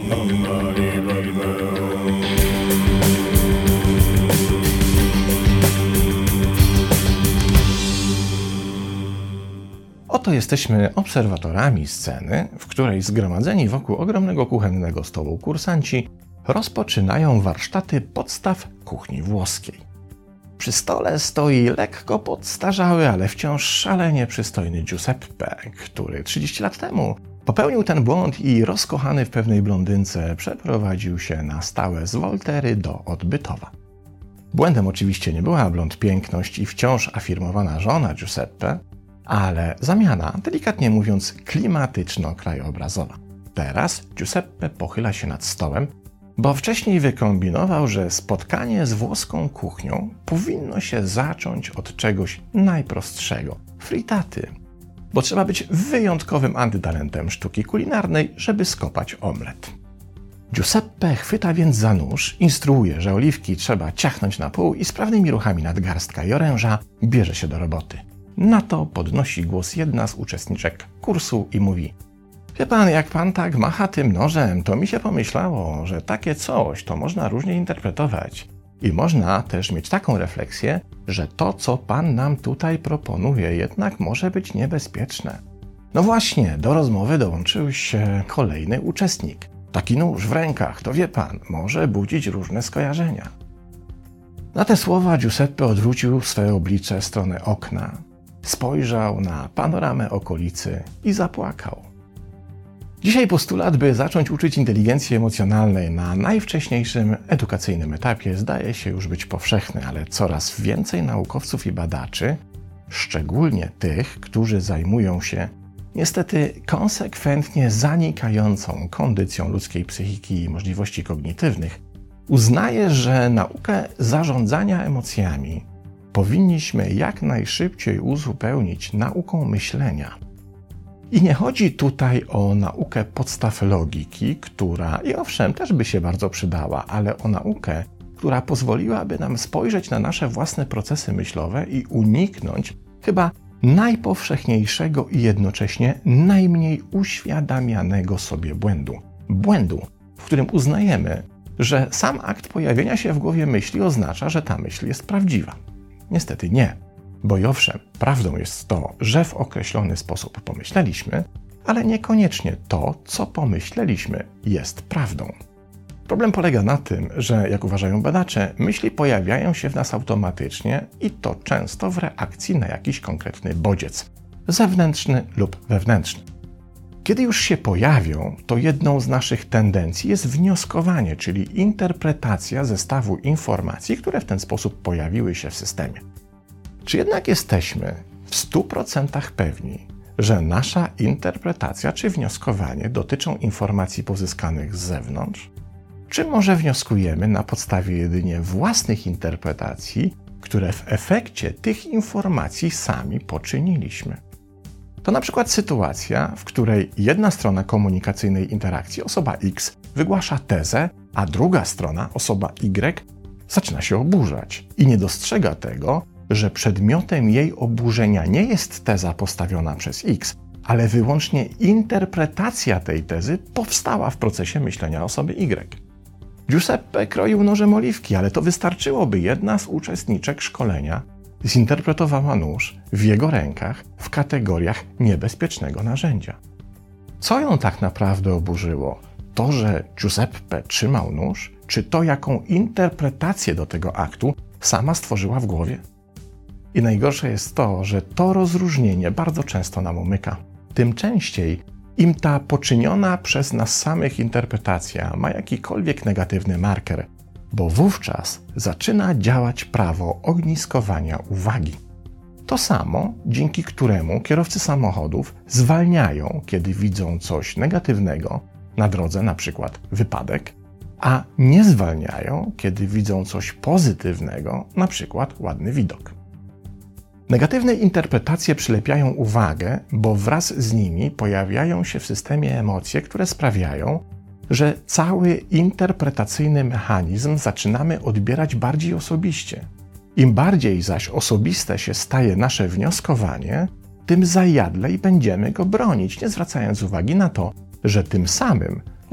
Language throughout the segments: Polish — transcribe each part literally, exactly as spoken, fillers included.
Oto jesteśmy obserwatorami sceny, w której zgromadzeni wokół ogromnego kuchennego stołu kursanci rozpoczynają warsztaty podstaw kuchni włoskiej. Przy stole stoi lekko podstarzały, ale wciąż szalenie przystojny Giuseppe, który trzydzieści lat temu popełnił ten błąd i rozkochany w pewnej blondynce przeprowadził się na stałe z Volterry do Odbytowa. Błędem oczywiście nie była blond piękność i wciąż afirmowana żona Giuseppe, ale zamiana, delikatnie mówiąc, klimatyczno-krajobrazowa. Teraz Giuseppe pochyla się nad stołem, bo wcześniej wykombinował, że spotkanie z włoską kuchnią powinno się zacząć od czegoś najprostszego – frittaty. Bo trzeba być wyjątkowym antytalentem sztuki kulinarnej, żeby skopać omlet. Giuseppe chwyta więc za nóż, instruuje, że oliwki trzeba ciachnąć na pół i sprawnymi ruchami nadgarstka i oręża bierze się do roboty. Na to podnosi głos jedna z uczestniczek kursu i mówi: wie pan, jak pan tak macha tym nożem, to mi się pomyślało, że takie coś to można różnie interpretować. I można też mieć taką refleksję, że to, co pan nam tutaj proponuje, jednak może być niebezpieczne. No właśnie, do rozmowy dołączył się kolejny uczestnik. Taki nóż w rękach, to wie pan, może budzić różne skojarzenia. Na te słowa Giuseppe odwrócił swe oblicze w stronę okna, spojrzał na panoramę okolicy i zapłakał. Dzisiaj postulat, by zacząć uczyć inteligencji emocjonalnej na najwcześniejszym edukacyjnym etapie, zdaje się już być powszechny, ale coraz więcej naukowców i badaczy, szczególnie tych, którzy zajmują się niestety konsekwentnie zanikającą kondycją ludzkiej psychiki i możliwości kognitywnych, uznaje, że naukę zarządzania emocjami powinniśmy jak najszybciej uzupełnić nauką myślenia. I nie chodzi tutaj o naukę podstaw logiki, która, i owszem, też by się bardzo przydała, ale o naukę, która pozwoliłaby nam spojrzeć na nasze własne procesy myślowe i uniknąć chyba najpowszechniejszego i jednocześnie najmniej uświadamianego sobie błędu. Błędu, w którym uznajemy, że sam akt pojawienia się w głowie myśli oznacza, że ta myśl jest prawdziwa. Niestety nie, bo i owszem, prawdą jest to, że w określony sposób pomyśleliśmy, ale niekoniecznie to, co pomyśleliśmy, jest prawdą. Problem polega na tym, że, jak uważają badacze, myśli pojawiają się w nas automatycznie i to często w reakcji na jakiś konkretny bodziec, zewnętrzny lub wewnętrzny. Kiedy już się pojawią, to jedną z naszych tendencji jest wnioskowanie, czyli interpretacja zestawu informacji, które w ten sposób pojawiły się w systemie. Czy jednak jesteśmy w stu procentach pewni, że nasza interpretacja czy wnioskowanie dotyczą informacji pozyskanych z zewnątrz? Czy może wnioskujemy na podstawie jedynie własnych interpretacji, które w efekcie tych informacji sami poczyniliśmy? To na przykład sytuacja, w której jedna strona komunikacyjnej interakcji, osoba X, wygłasza tezę, a druga strona, osoba Y, zaczyna się oburzać i nie dostrzega tego, że przedmiotem jej oburzenia nie jest teza postawiona przez X, ale wyłącznie interpretacja tej tezy powstała w procesie myślenia osoby Y. Giuseppe kroił nożem oliwki, ale to wystarczyło, by jedna z uczestniczek szkolenia zinterpretowała nóż w jego rękach w kategoriach niebezpiecznego narzędzia. Co ją tak naprawdę oburzyło? To, że Giuseppe trzymał nóż, czy to, jaką interpretację do tego aktu sama stworzyła w głowie? I najgorsze jest to, że to rozróżnienie bardzo często nam umyka. Tym częściej, im ta poczyniona przez nas samych interpretacja ma jakikolwiek negatywny marker, bo wówczas zaczyna działać prawo ogniskowania uwagi. To samo, dzięki któremu kierowcy samochodów zwalniają, kiedy widzą coś negatywnego na drodze, na przykład wypadek, a nie zwalniają, kiedy widzą coś pozytywnego, na przykład ładny widok. Negatywne interpretacje przylepiają uwagę, bo wraz z nimi pojawiają się w systemie emocje, które sprawiają, że cały interpretacyjny mechanizm zaczynamy odbierać bardziej osobiście. Im bardziej zaś osobiste się staje nasze wnioskowanie, tym zajadlej będziemy go bronić, nie zwracając uwagi na to, że tym samym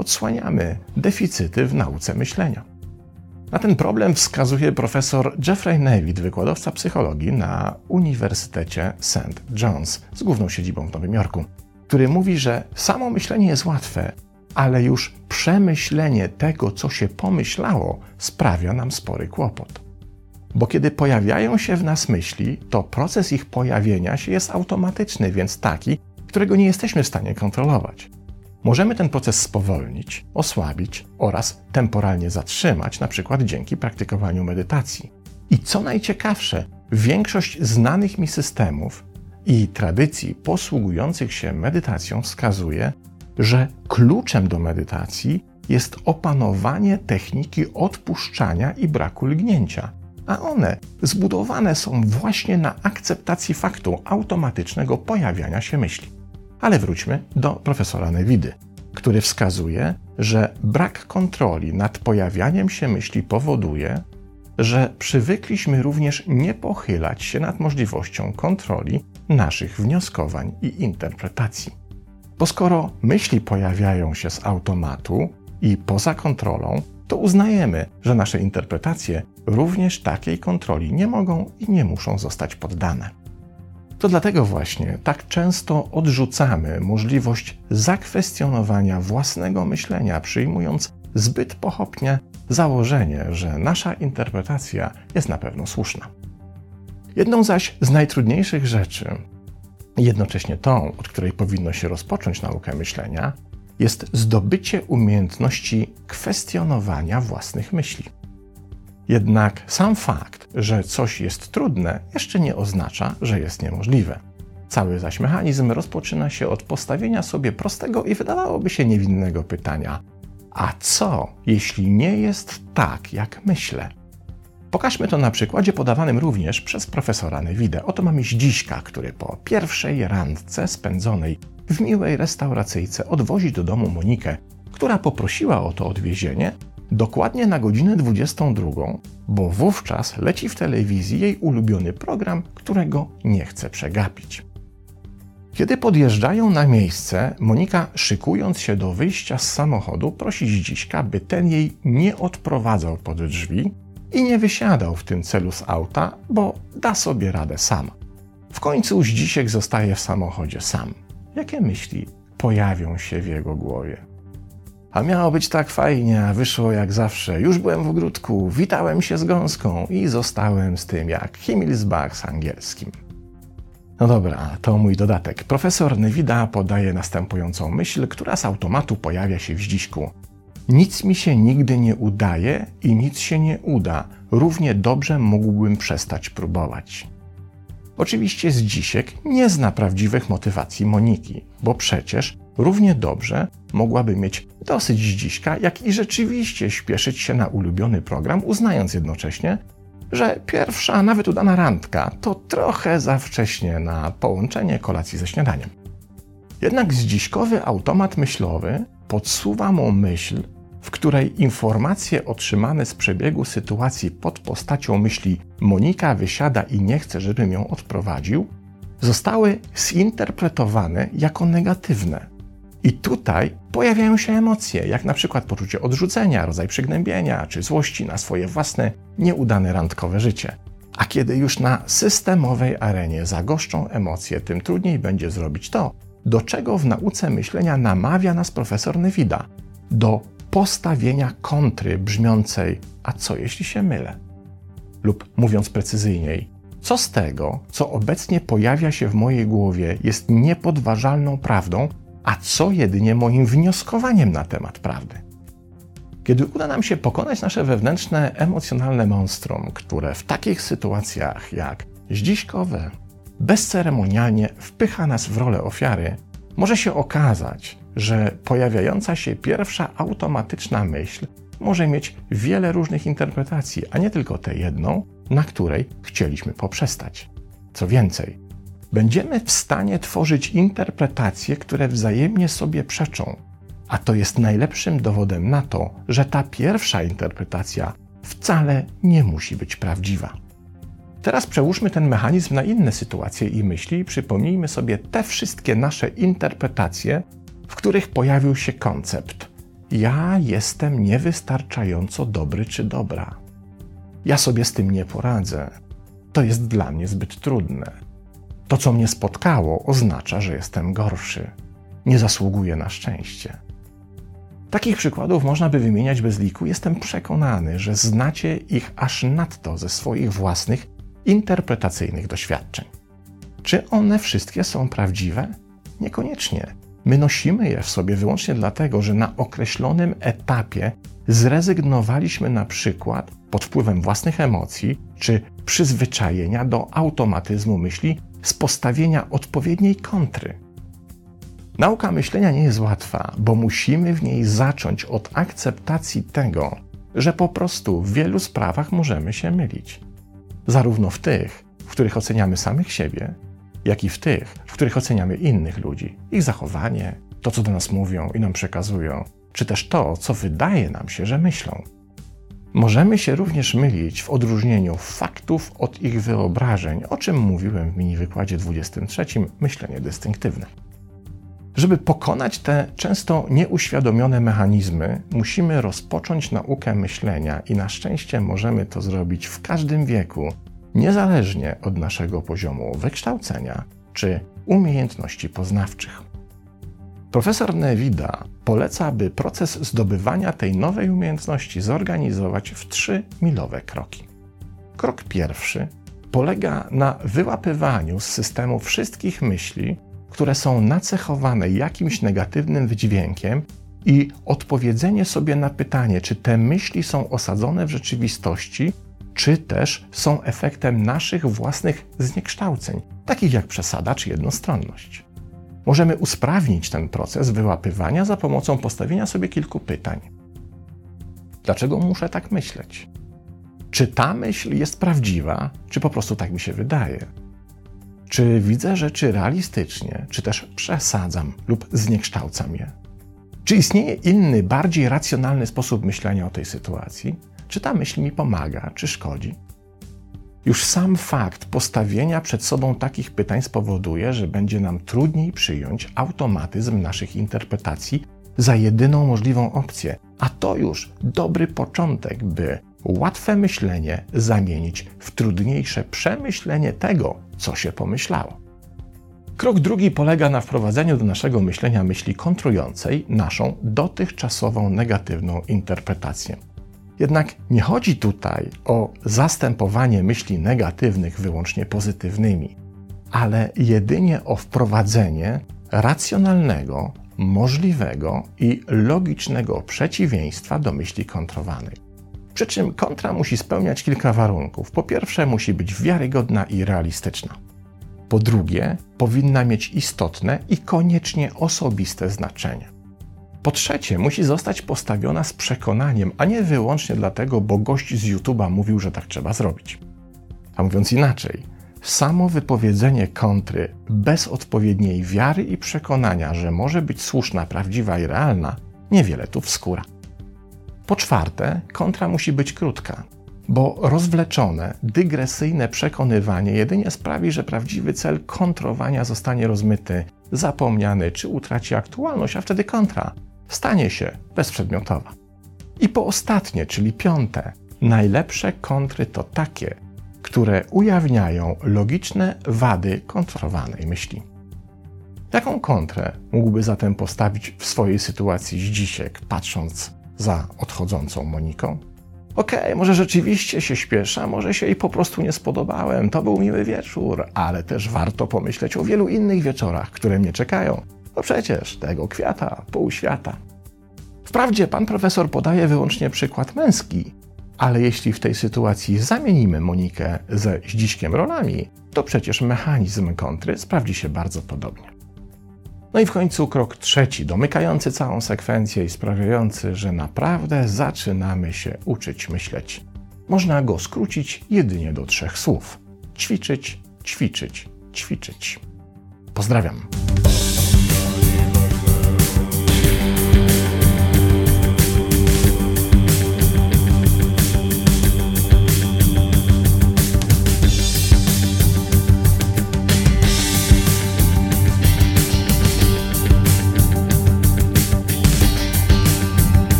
odsłaniamy deficyty w nauce myślenia. Na ten problem wskazuje profesor Jeffrey Newitt, wykładowca psychologii na Uniwersytecie Saint John's z główną siedzibą w Nowym Jorku, który mówi, że samo myślenie jest łatwe, ale już przemyślenie tego, co się pomyślało, sprawia nam spory kłopot. Bo kiedy pojawiają się w nas myśli, to proces ich pojawienia się jest automatyczny, więc taki, którego nie jesteśmy w stanie kontrolować. Możemy ten proces spowolnić, osłabić oraz temporalnie zatrzymać, na przykład dzięki praktykowaniu medytacji. I co najciekawsze, większość znanych mi systemów i tradycji posługujących się medytacją wskazuje, że kluczem do medytacji jest opanowanie techniki odpuszczania i braku lgnięcia, a one zbudowane są właśnie na akceptacji faktu automatycznego pojawiania się myśli. Ale wróćmy do profesora Newiddy, który wskazuje, że brak kontroli nad pojawianiem się myśli powoduje, że przywykliśmy również nie pochylać się nad możliwością kontroli naszych wnioskowań i interpretacji. Bo skoro myśli pojawiają się z automatu i poza kontrolą, to uznajemy, że nasze interpretacje również takiej kontroli nie mogą i nie muszą zostać poddane. To dlatego właśnie tak często odrzucamy możliwość zakwestionowania własnego myślenia, przyjmując zbyt pochopnie założenie, że nasza interpretacja jest na pewno słuszna. Jedną zaś z najtrudniejszych rzeczy, jednocześnie tą, od której powinno się rozpocząć naukę myślenia, jest zdobycie umiejętności kwestionowania własnych myśli. Jednak sam fakt, że coś jest trudne, jeszcze nie oznacza, że jest niemożliwe. Cały zaś mechanizm rozpoczyna się od postawienia sobie prostego i wydawałoby się niewinnego pytania: a co, jeśli nie jest tak, jak myślę? Pokażmy to na przykładzie podawanym również przez profesora Newiddę. Oto mamy Zdziśka, który po pierwszej randce spędzonej w miłej restauracyjce odwozi do domu Monikę, która poprosiła o to odwiezienie dokładnie na godzinę dwudziestą drugą, bo wówczas leci w telewizji jej ulubiony program, którego nie chce przegapić. Kiedy podjeżdżają na miejsce, Monika, szykując się do wyjścia z samochodu, prosi Zdziśka, by ten jej nie odprowadzał pod drzwi i nie wysiadał w tym celu z auta, bo da sobie radę sam. W końcu Zdzisiek zostaje w samochodzie sam. Jakie myśli pojawią się w jego głowie? A miało być tak fajnie, a wyszło jak zawsze. Już byłem w ogródku, witałem się z gąską i zostałem z tym jak Himmelsbach z angielskim. No dobra, to mój dodatek. Profesor Newidda podaje następującą myśl, która z automatu pojawia się w Zdziśku. Nic mi się nigdy nie udaje i nic się nie uda. Równie dobrze mógłbym przestać próbować. Oczywiście Zdzisiek nie zna prawdziwych motywacji Moniki, bo przecież równie dobrze mogłaby mieć dosyć Zdziśka, jak i rzeczywiście śpieszyć się na ulubiony program, uznając jednocześnie, że pierwsza, nawet udana randka to trochę za wcześnie na połączenie kolacji ze śniadaniem. Jednak zdziśkowy automat myślowy podsuwa mu myśl, w której informacje otrzymane z przebiegu sytuacji pod postacią myśli Monika wysiada i nie chce, żebym ją odprowadził, zostały zinterpretowane jako negatywne. I tutaj pojawiają się emocje, jak na przykład poczucie odrzucenia, rodzaj przygnębienia czy złości na swoje własne, nieudane randkowe życie. A kiedy już na systemowej arenie zagoszczą emocje, tym trudniej będzie zrobić to, do czego w nauce myślenia namawia nas profesor Newidda, do postawienia kontry brzmiącej: a co jeśli się mylę? Lub mówiąc precyzyjniej, co z tego, co obecnie pojawia się w mojej głowie, jest niepodważalną prawdą, a co jedynie moim wnioskowaniem na temat prawdy? Kiedy uda nam się pokonać nasze wewnętrzne, emocjonalne monstrum, które w takich sytuacjach jak zdziśkowe bezceremonialnie wpycha nas w rolę ofiary, może się okazać, że pojawiająca się pierwsza automatyczna myśl może mieć wiele różnych interpretacji, a nie tylko tę jedną, na której chcieliśmy poprzestać. Co więcej, będziemy w stanie tworzyć interpretacje, które wzajemnie sobie przeczą, a to jest najlepszym dowodem na to, że ta pierwsza interpretacja wcale nie musi być prawdziwa. Teraz przełóżmy ten mechanizm na inne sytuacje i myśli i przypomnijmy sobie te wszystkie nasze interpretacje, w których pojawił się koncept ja jestem niewystarczająco dobry czy dobra. Ja sobie z tym nie poradzę. To jest dla mnie zbyt trudne. To, co mnie spotkało, oznacza, że jestem gorszy. Nie zasługuję na szczęście. Takich przykładów można by wymieniać bez liku. Jestem przekonany, że znacie ich aż nadto ze swoich własnych interpretacyjnych doświadczeń. Czy one wszystkie są prawdziwe? Niekoniecznie. My nosimy je w sobie wyłącznie dlatego, że na określonym etapie zrezygnowaliśmy na przykład pod wpływem własnych emocji czy przyzwyczajenia do automatyzmu myśli z postawienia odpowiedniej kontry. Nauka myślenia nie jest łatwa, bo musimy w niej zacząć od akceptacji tego, że po prostu w wielu sprawach możemy się mylić. Zarówno w tych, w których oceniamy samych siebie, jak i w tych, w których oceniamy innych ludzi, ich zachowanie, to co do nas mówią i nam przekazują, czy też to, co wydaje nam się, że myślą. Możemy się również mylić w odróżnieniu faktów od ich wyobrażeń, o czym mówiłem w mini wykładzie dwudziestym trzecim Myślenie dystynktywne. Żeby pokonać te często nieuświadomione mechanizmy, musimy rozpocząć naukę myślenia i na szczęście możemy to zrobić w każdym wieku, niezależnie od naszego poziomu wykształcenia czy umiejętności poznawczych. Profesor Nevida poleca, by proces zdobywania tej nowej umiejętności zorganizować w trzy milowe kroki. Krok pierwszy polega na wyłapywaniu z systemu wszystkich myśli, które są nacechowane jakimś negatywnym wydźwiękiem i odpowiedzenie sobie na pytanie, czy te myśli są osadzone w rzeczywistości, czy też są efektem naszych własnych zniekształceń, takich jak przesada czy jednostronność. Możemy usprawnić ten proces wyłapywania za pomocą postawienia sobie kilku pytań. Dlaczego muszę tak myśleć? Czy ta myśl jest prawdziwa, czy po prostu tak mi się wydaje? Czy widzę rzeczy realistycznie, czy też przesadzam lub zniekształcam je? Czy istnieje inny, bardziej racjonalny sposób myślenia o tej sytuacji? Czy ta myśl mi pomaga, czy szkodzi? Już sam fakt postawienia przed sobą takich pytań spowoduje, że będzie nam trudniej przyjąć automatyzm naszych interpretacji za jedyną możliwą opcję, a to już dobry początek, by łatwe myślenie zamienić w trudniejsze przemyślenie tego, co się pomyślało. Krok drugi polega na wprowadzeniu do naszego myślenia myśli kontrującej naszą dotychczasową negatywną interpretację. Jednak nie chodzi tutaj o zastępowanie myśli negatywnych wyłącznie pozytywnymi, ale jedynie o wprowadzenie racjonalnego, możliwego i logicznego przeciwieństwa do myśli kontrowanej. Przy czym kontra musi spełniać kilka warunków. Po pierwsze, musi być wiarygodna i realistyczna. Po drugie, powinna mieć istotne i koniecznie osobiste znaczenie. Po trzecie, musi zostać postawiona z przekonaniem, a nie wyłącznie dlatego, bo gość z YouTube'a mówił, że tak trzeba zrobić. A mówiąc inaczej, samo wypowiedzenie kontry bez odpowiedniej wiary i przekonania, że może być słuszna, prawdziwa i realna, niewiele tu wskóra. Po czwarte, kontra musi być krótka, bo rozwleczone, dygresyjne przekonywanie jedynie sprawi, że prawdziwy cel kontrowania zostanie rozmyty, zapomniany czy utraci aktualność, a wtedy kontra stanie się bezprzedmiotowa. I po ostatnie, czyli piąte, najlepsze kontry to takie, które ujawniają logiczne wady kontrowanej myśli. Jaką kontrę mógłby zatem postawić w swojej sytuacji Zdzisiek, patrząc za odchodzącą Moniką? Okej, okay, może rzeczywiście się śpiesza, może się jej po prostu nie spodobałem, to był miły wieczór, ale też warto pomyśleć o wielu innych wieczorach, które mnie czekają. No przecież tego kwiata, pół świata. Wprawdzie pan profesor podaje wyłącznie przykład męski, ale jeśli w tej sytuacji zamienimy Monikę ze Zdziśkiem rolami, to przecież mechanizm kontry sprawdzi się bardzo podobnie. No i w końcu krok trzeci, domykający całą sekwencję i sprawiający, że naprawdę zaczynamy się uczyć myśleć. Można go skrócić jedynie do trzech słów. Ćwiczyć, ćwiczyć, ćwiczyć. Pozdrawiam.